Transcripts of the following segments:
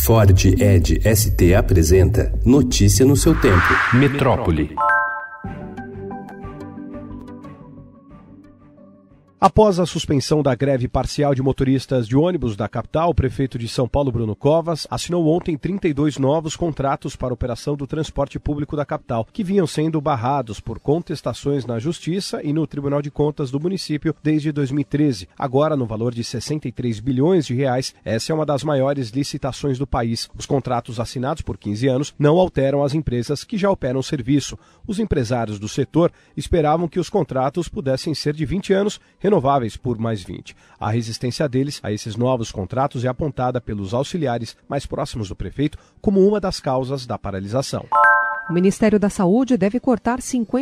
Ford Edge ST apresenta Notícia no seu tempo. Metrópole. Após a suspensão da greve parcial de motoristas de ônibus da capital, o prefeito de São Paulo, Bruno Covas, assinou ontem 32 novos contratos para a operação do transporte público da capital, que vinham sendo barrados por contestações na Justiça e no Tribunal de Contas do município desde 2013. Agora, no valor de 63 bilhões de reais, essa é uma das maiores licitações do país. Os contratos assinados por 15 anos não alteram as empresas que já operam o serviço. Os empresários do setor esperavam que os contratos pudessem ser de 20 anos, renováveis por mais 20. A resistência deles a esses novos contratos é apontada pelos auxiliares mais próximos do prefeito como uma das causas da paralisação. O Ministério da Saúde deve cortar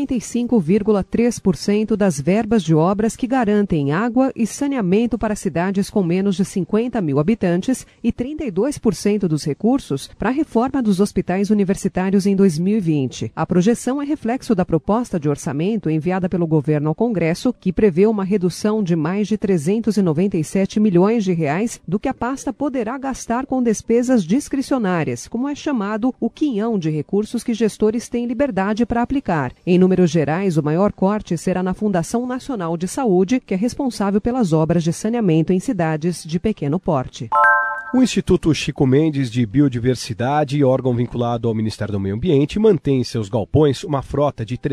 55,3% das verbas de obras que garantem água e saneamento para cidades com menos de 50 mil habitantes e 32% dos recursos para a reforma dos hospitais universitários em 2020. A projeção é reflexo da proposta de orçamento enviada pelo governo ao Congresso, que prevê uma redução de mais de 397 milhões de reais do que a pasta poderá gastar com despesas discricionárias, como é chamado o quinhão de recursos que gestores têm liberdade para aplicar. Em números gerais, o maior corte será na Fundação Nacional de Saúde, que é responsável pelas obras de saneamento em cidades de pequeno porte. O Instituto Chico Mendes de Biodiversidade, órgão vinculado ao Ministério do Meio Ambiente, mantém em seus galpões uma frota de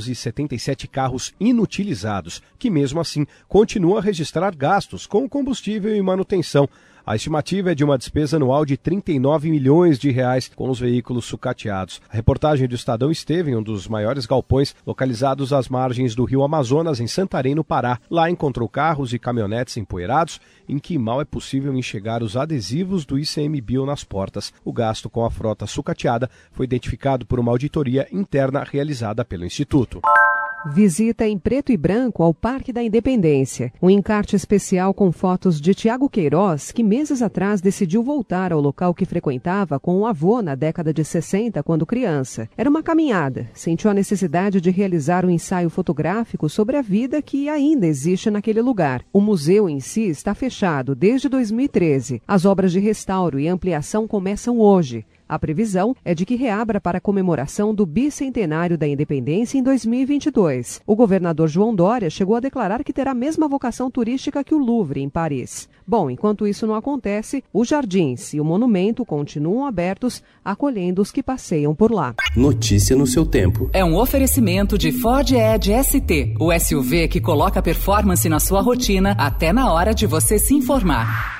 377 carros inutilizados, que mesmo assim continua a registrar gastos com combustível e manutenção. A estimativa é de uma despesa anual de 39 milhões de reais com os veículos sucateados. A reportagem do Estadão esteve em um dos maiores galpões localizados às margens do rio Amazonas, em Santarém, no Pará. Lá encontrou carros e caminhonetes empoeirados, em que mal é possível enxergar os adesivos do ICMBio nas portas. O gasto com a frota sucateada foi identificado por uma auditoria interna realizada pelo Instituto. Visita em preto e branco ao Parque da Independência. Um encarte especial com fotos de Tiago Queiroz, que meses atrás decidiu voltar ao local que frequentava com o avô na década de 60, quando criança. Era uma caminhada. Sentiu a necessidade de realizar um ensaio fotográfico sobre a vida que ainda existe naquele lugar. O museu em si está fechado desde 2013. As obras de restauro e ampliação começam hoje. A previsão é de que reabra para a comemoração do bicentenário da independência em 2022. O governador João Dória chegou a declarar que terá a mesma vocação turística que o Louvre, em Paris. Bom, enquanto isso não acontece, os jardins e o monumento continuam abertos, acolhendo os que passeiam por lá. Notícia no seu tempo. É um oferecimento de Ford Edge ST, o SUV que coloca performance na sua rotina até na hora de você se informar.